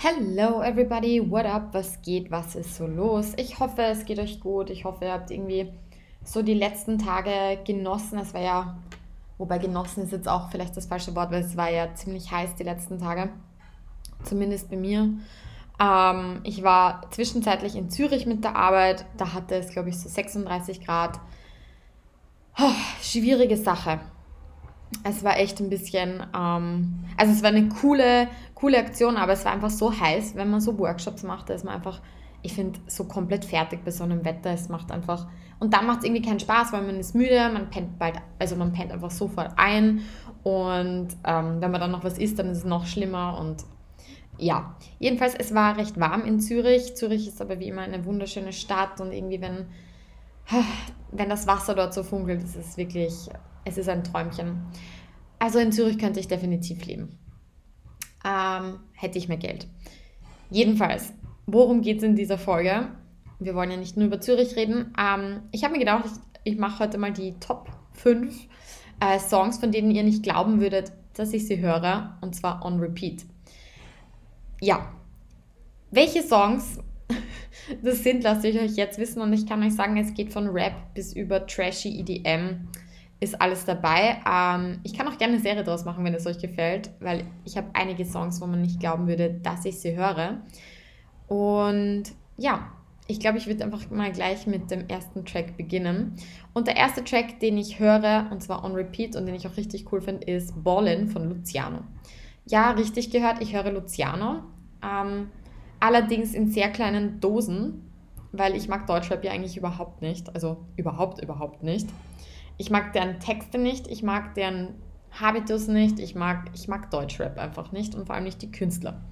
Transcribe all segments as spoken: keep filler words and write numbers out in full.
Hello everybody, what up, was geht, was ist so los? Ich hoffe, es geht euch gut. Ich hoffe, ihr habt irgendwie so die letzten Tage genossen. Es war ja, wobei genossen ist jetzt auch vielleicht das falsche Wort, weil es war ja ziemlich heiß die letzten Tage. Zumindest bei mir. Ähm, ich war zwischenzeitlich in Zürich mit der Arbeit. Da hatte es, glaube ich, so sechsunddreißig Grad. Oh, schwierige Sache. Es war echt ein bisschen, ähm, also es war eine coole, coole Aktion, aber es war einfach so heiß, wenn man so Workshops macht, da ist man einfach, ich finde, so komplett fertig bei so einem Wetter. Es macht einfach, und dann macht es irgendwie keinen Spaß, weil man ist müde, man pennt bald, also man pennt einfach sofort ein und ähm, wenn man dann noch was isst, dann ist es noch schlimmer und ja, jedenfalls, es war recht warm in Zürich. Zürich ist aber wie immer eine wunderschöne Stadt und irgendwie, wenn, wenn das Wasser dort so funkelt, ist es wirklich, es ist ein Träumchen. Also in Zürich könnte ich definitiv leben. Ähm, hätte ich mehr Geld. Jedenfalls, worum geht es in dieser Folge? Wir wollen ja nicht nur über Zürich reden. Ähm, ich habe mir gedacht, ich, ich mache heute mal die Top fünf äh, Songs, von denen ihr nicht glauben würdet, dass ich sie höre. Und zwar on repeat. Ja, welche Songs das sind, lasse ich euch jetzt wissen. Und ich kann euch sagen, es geht von Rap bis über trashy E D M. Ist alles dabei. Ähm, ich kann auch gerne eine Serie draus machen, wenn es euch gefällt, weil ich habe einige Songs, wo man nicht glauben würde, dass ich sie höre. Und ja, ich glaube, ich würde einfach mal gleich mit dem ersten Track beginnen. Und der erste Track, den ich höre, und zwar on repeat und den ich auch richtig cool finde, ist Ballin' von Luciano. Ja, richtig gehört, ich höre Luciano. Ähm, allerdings in sehr kleinen Dosen, weil ich mag Deutschrap ja eigentlich überhaupt nicht. Also überhaupt, überhaupt nicht. Ich mag deren Texte nicht, ich mag deren Habitus nicht, ich mag, ich mag Deutschrap einfach nicht und vor allem nicht die Künstler.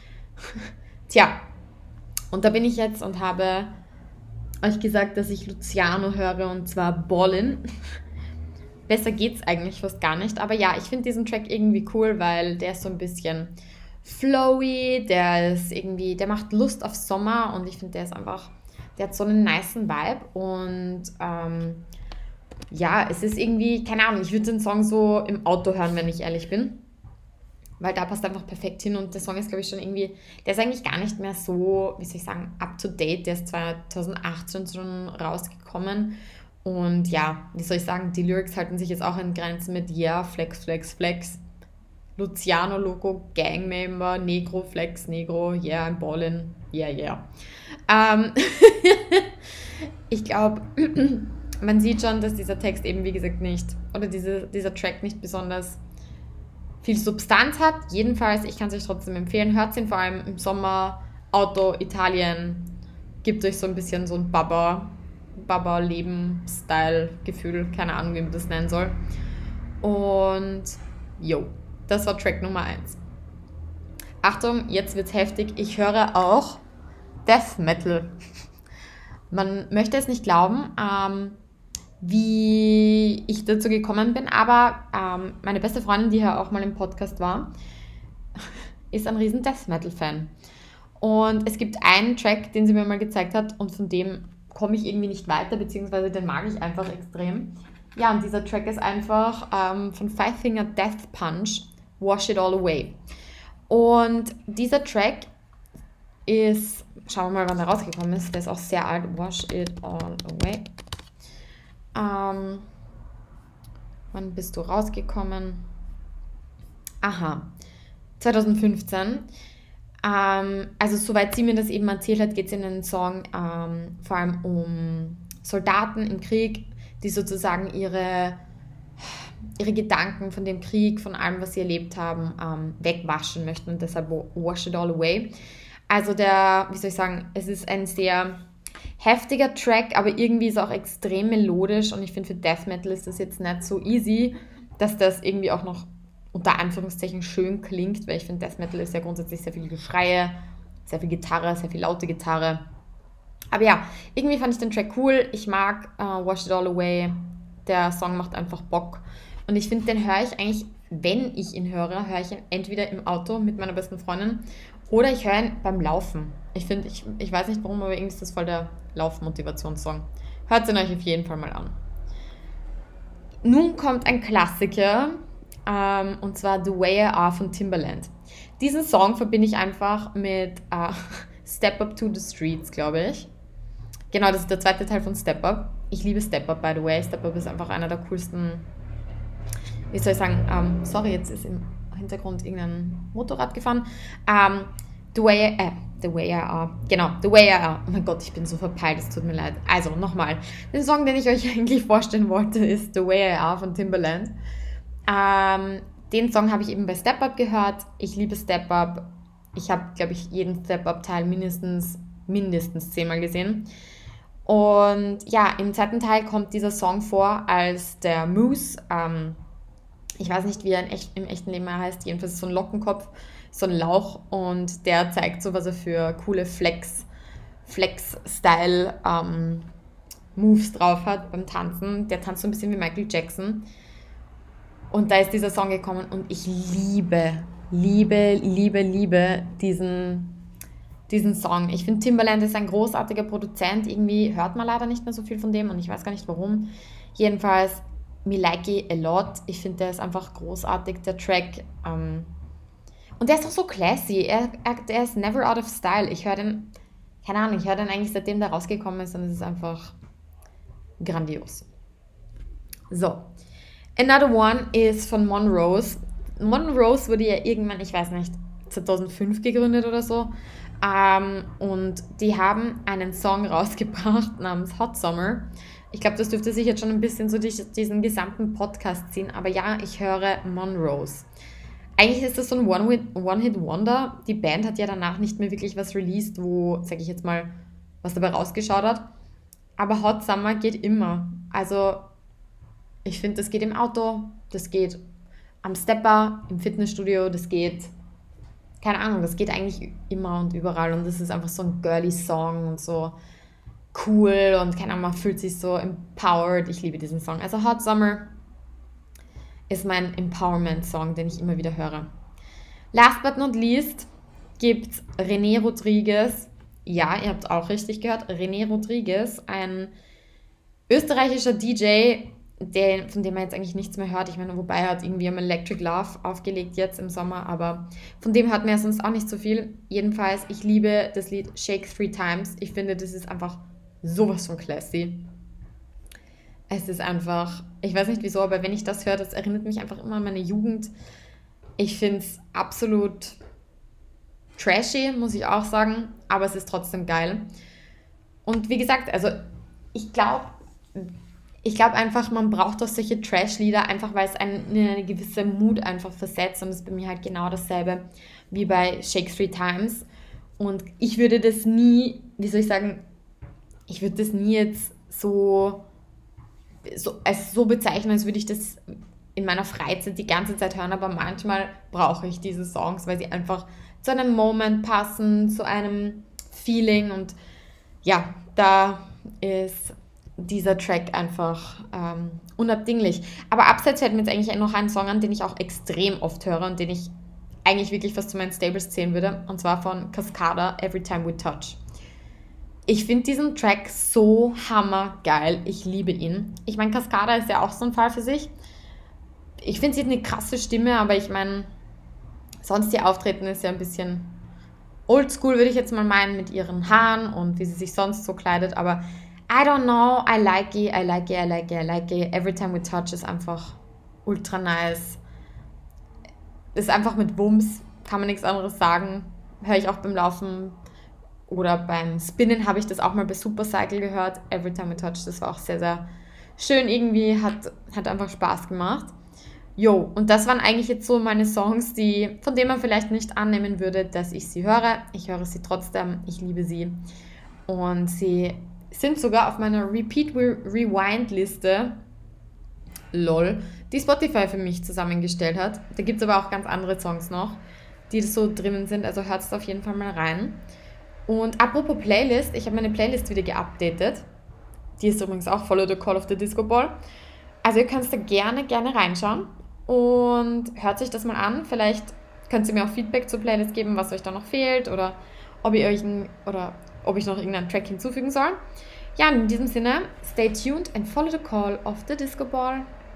Tja, und da bin ich jetzt und habe euch gesagt, dass ich Luciano höre und zwar Ballin'. Besser geht's eigentlich fast gar nicht, aber ja, ich finde diesen Track irgendwie cool, weil der ist so ein bisschen flowy, der ist irgendwie, der macht Lust auf Sommer und ich finde, der ist einfach, der hat so einen nicen Vibe und ähm, ja, es ist irgendwie, keine Ahnung, ich würde den Song so im Auto hören, wenn ich ehrlich bin. Weil da passt einfach perfekt hin und der Song ist, glaube ich, schon irgendwie, der ist eigentlich gar nicht mehr so, wie soll ich sagen, up to date. Der ist zwanzig achtzehn schon rausgekommen. Und ja, wie soll ich sagen, die Lyrics halten sich jetzt auch in Grenzen mit Yeah, Flex, Flex, Flex, Luciano Loco, Gangmember, Negro, Flex, Negro, Yeah, I'm ballin', yeah, yeah. Ähm, ich glaube, man sieht schon, dass dieser Text eben, wie gesagt, nicht, oder diese, dieser Track nicht besonders viel Substanz hat. Jedenfalls, ich kann es euch trotzdem empfehlen. Hört ihn vor allem im Sommer, Auto, Italien. Gibt euch so ein bisschen so ein Baba, Baba-Leben-Style-Gefühl. Keine Ahnung, wie man das nennen soll. Und, jo, das war Track Nummer eins. Achtung, jetzt wird's heftig. Ich höre auch Death Metal. Man möchte es nicht glauben, ähm, wie ich dazu gekommen bin, aber ähm, meine beste Freundin, die ja auch mal im Podcast war, ist ein riesen Death Metal Fan. Und es gibt einen Track, den sie mir mal gezeigt hat und von dem komme ich irgendwie nicht weiter, beziehungsweise den mag ich einfach extrem. Ja, und dieser Track ist einfach ähm, von Five Finger Death Punch, Wash It All Away. Und dieser Track ist, schauen wir mal, wann der rausgekommen ist, der ist auch sehr alt, Wash It All Away. Ähm, wann bist du rausgekommen? Aha, zwanzig fünfzehn. Ähm, also soweit sie mir das eben erzählt hat, geht es in den Song ähm, vor allem um Soldaten im Krieg, die sozusagen ihre, ihre Gedanken von dem Krieg, von allem, was sie erlebt haben, ähm, wegwaschen möchten und deshalb Wash It All Away. Also der, wie soll ich sagen, es ist ein sehr heftiger Track, aber irgendwie ist er auch extrem melodisch und ich finde, für Death Metal ist das jetzt nicht so easy, dass das irgendwie auch noch unter Anführungszeichen schön klingt, weil ich finde, Death Metal ist ja grundsätzlich sehr viel Geschreie, sehr viel Gitarre, sehr viel laute Gitarre. Aber ja, irgendwie fand ich den Track cool. Ich mag uh, Wash It All Away. Der Song macht einfach Bock. Und ich finde, den höre ich eigentlich, wenn ich ihn höre, höre ich ihn entweder im Auto mit meiner besten Freundin oder ich höre ihn beim Laufen. Ich finde, ich, ich weiß nicht warum, aber irgendwie ist das voll der Laufmotivationssong. Hört ihn euch auf jeden Fall mal an. Nun kommt ein Klassiker, ähm, und zwar The Way I Are von Timbaland. Diesen Song verbinde ich einfach mit uh, Step Up to the Streets, glaube ich. Genau, das ist der zweite Teil von Step Up. Ich liebe Step Up, by the way. Step Up ist einfach einer der coolsten, wie soll ich sagen, um, sorry, jetzt ist im Hintergrund irgendein Motorrad gefahren. Um, the way, äh, the way I are, genau, The Way I Are. Oh mein Gott, ich bin so verpeilt, es tut mir leid. Also, nochmal, den Song, den ich euch eigentlich vorstellen wollte, ist The Way I Are von Timbaland. Um, den Song habe ich eben bei Step Up gehört. Ich liebe Step Up. Ich habe, glaube ich, jeden Step Up-Teil mindestens, mindestens zehnmal gesehen. Und ja, im zweiten Teil kommt dieser Song vor als der Moose. Ähm, ich weiß nicht, wie er in echt, im echten Leben heißt. Jedenfalls so ein Lockenkopf, so ein Lauch. Und der zeigt so, was er für coole Flex, Flex-Style ähm, Moves drauf hat beim Tanzen. Der tanzt so ein bisschen wie Michael Jackson. Und da ist dieser Song gekommen und ich liebe, liebe, liebe, liebe diesen diesen Song. Ich finde, Timbaland ist ein großartiger Produzent. Irgendwie hört man leider nicht mehr so viel von dem und ich weiß gar nicht warum. Jedenfalls, me like it a lot. Ich finde, der ist einfach großartig, der Track. Ähm und der ist auch so classy. Er, er, der ist never out of style. Ich höre den, keine Ahnung, ich höre den eigentlich seitdem der rausgekommen ist und es ist einfach grandios. So. Another One ist von Monrose. Monrose wurde ja irgendwann, ich weiß nicht, zweitausendfünf gegründet oder so. Um, und die haben einen Song rausgebracht namens Hot Summer. Ich glaube, das dürfte sich jetzt schon ein bisschen so durch diesen gesamten Podcast ziehen. Aber ja, ich höre Monrose. Eigentlich ist das so ein One-Hit-Wonder. Die Band hat ja danach nicht mehr wirklich was released, wo, sag ich jetzt mal, was dabei rausgeschaut hat. Aber Hot Summer geht immer. Also, ich finde, das geht im Auto, das geht am Stepper, im Fitnessstudio, das geht... Keine Ahnung, das geht eigentlich immer und überall und das ist einfach so ein girly Song und so cool und keine Ahnung, man fühlt sich so empowered. Ich liebe diesen Song. Also Hot Summer ist mein Empowerment-Song, den ich immer wieder höre. Last but not least gibt René Rodriguez. Ja, ihr habt auch richtig gehört. René Rodriguez, ein österreichischer D J, der, von dem man jetzt eigentlich nichts mehr hört. Ich meine, wobei er hat irgendwie am Electric Love aufgelegt jetzt im Sommer, aber von dem hört man ja sonst auch nicht so viel. Jedenfalls, ich liebe das Lied Shake Three Times. Ich finde, das ist einfach sowas von classy. Es ist einfach, ich weiß nicht wieso, aber wenn ich das höre, das erinnert mich einfach immer an meine Jugend. Ich finde es absolut trashy, muss ich auch sagen, aber es ist trotzdem geil. Und wie gesagt, also ich glaube, Ich glaube einfach, man braucht auch solche Trash-Lieder, einfach weil es einen in eine gewisse Mut einfach versetzt. Und das ist bei mir halt genau dasselbe wie bei Shake Three Times. Und ich würde das nie, wie soll ich sagen, ich würde das nie jetzt so, so, als so bezeichnen, als würde ich das in meiner Freizeit die ganze Zeit hören. Aber manchmal brauche ich diese Songs, weil sie einfach zu einem Moment passen, zu einem Feeling. Und ja, da ist dieser Track einfach ähm, unabdinglich. Aber abseits fällt mir jetzt eigentlich noch ein Song an, den ich auch extrem oft höre und den ich eigentlich wirklich fast zu meinen Stables zählen würde. Und zwar von Cascada, Every Time We Touch. Ich finde diesen Track so hammergeil. Ich liebe ihn. Ich meine, Cascada ist ja auch so ein Fall für sich. Ich finde, sie hat eine krasse Stimme, aber ich meine, sonst ihr Auftreten ist ja ein bisschen oldschool, würde ich jetzt mal meinen, mit ihren Haaren und wie sie sich sonst so kleidet. Aber I don't know, I like it, I like it, I like it, I like it. Every Time We Touch ist einfach ultra nice. Ist einfach mit Wumms, kann man nichts anderes sagen. Höre ich auch beim Laufen oder beim Spinnen habe ich das auch mal bei Supercycle gehört. Every Time We Touch, das war auch sehr, sehr schön irgendwie, hat, hat einfach Spaß gemacht. Jo, und das waren eigentlich jetzt so meine Songs, die, von denen man vielleicht nicht annehmen würde, dass ich sie höre. Ich höre sie trotzdem, ich liebe sie. Und sie sind sogar auf meiner Repeat-Rewind-Liste, lol, die Spotify für mich zusammengestellt hat. Da gibt es aber auch ganz andere Songs noch, die so drinnen sind, also hört es auf jeden Fall mal rein. Und apropos Playlist, ich habe meine Playlist wieder geupdatet. Die ist übrigens auch Follow the Call of the Disco Ball. Also ihr könnt da gerne, gerne reinschauen und hört sich das mal an. Vielleicht könnt ihr mir auch Feedback zur Playlist geben, was euch da noch fehlt oder ob ihr euch ein, oder ob ich noch irgendeinen Track hinzufügen soll. Ja, in diesem Sinne, stay tuned and follow the call of the Disco Ball.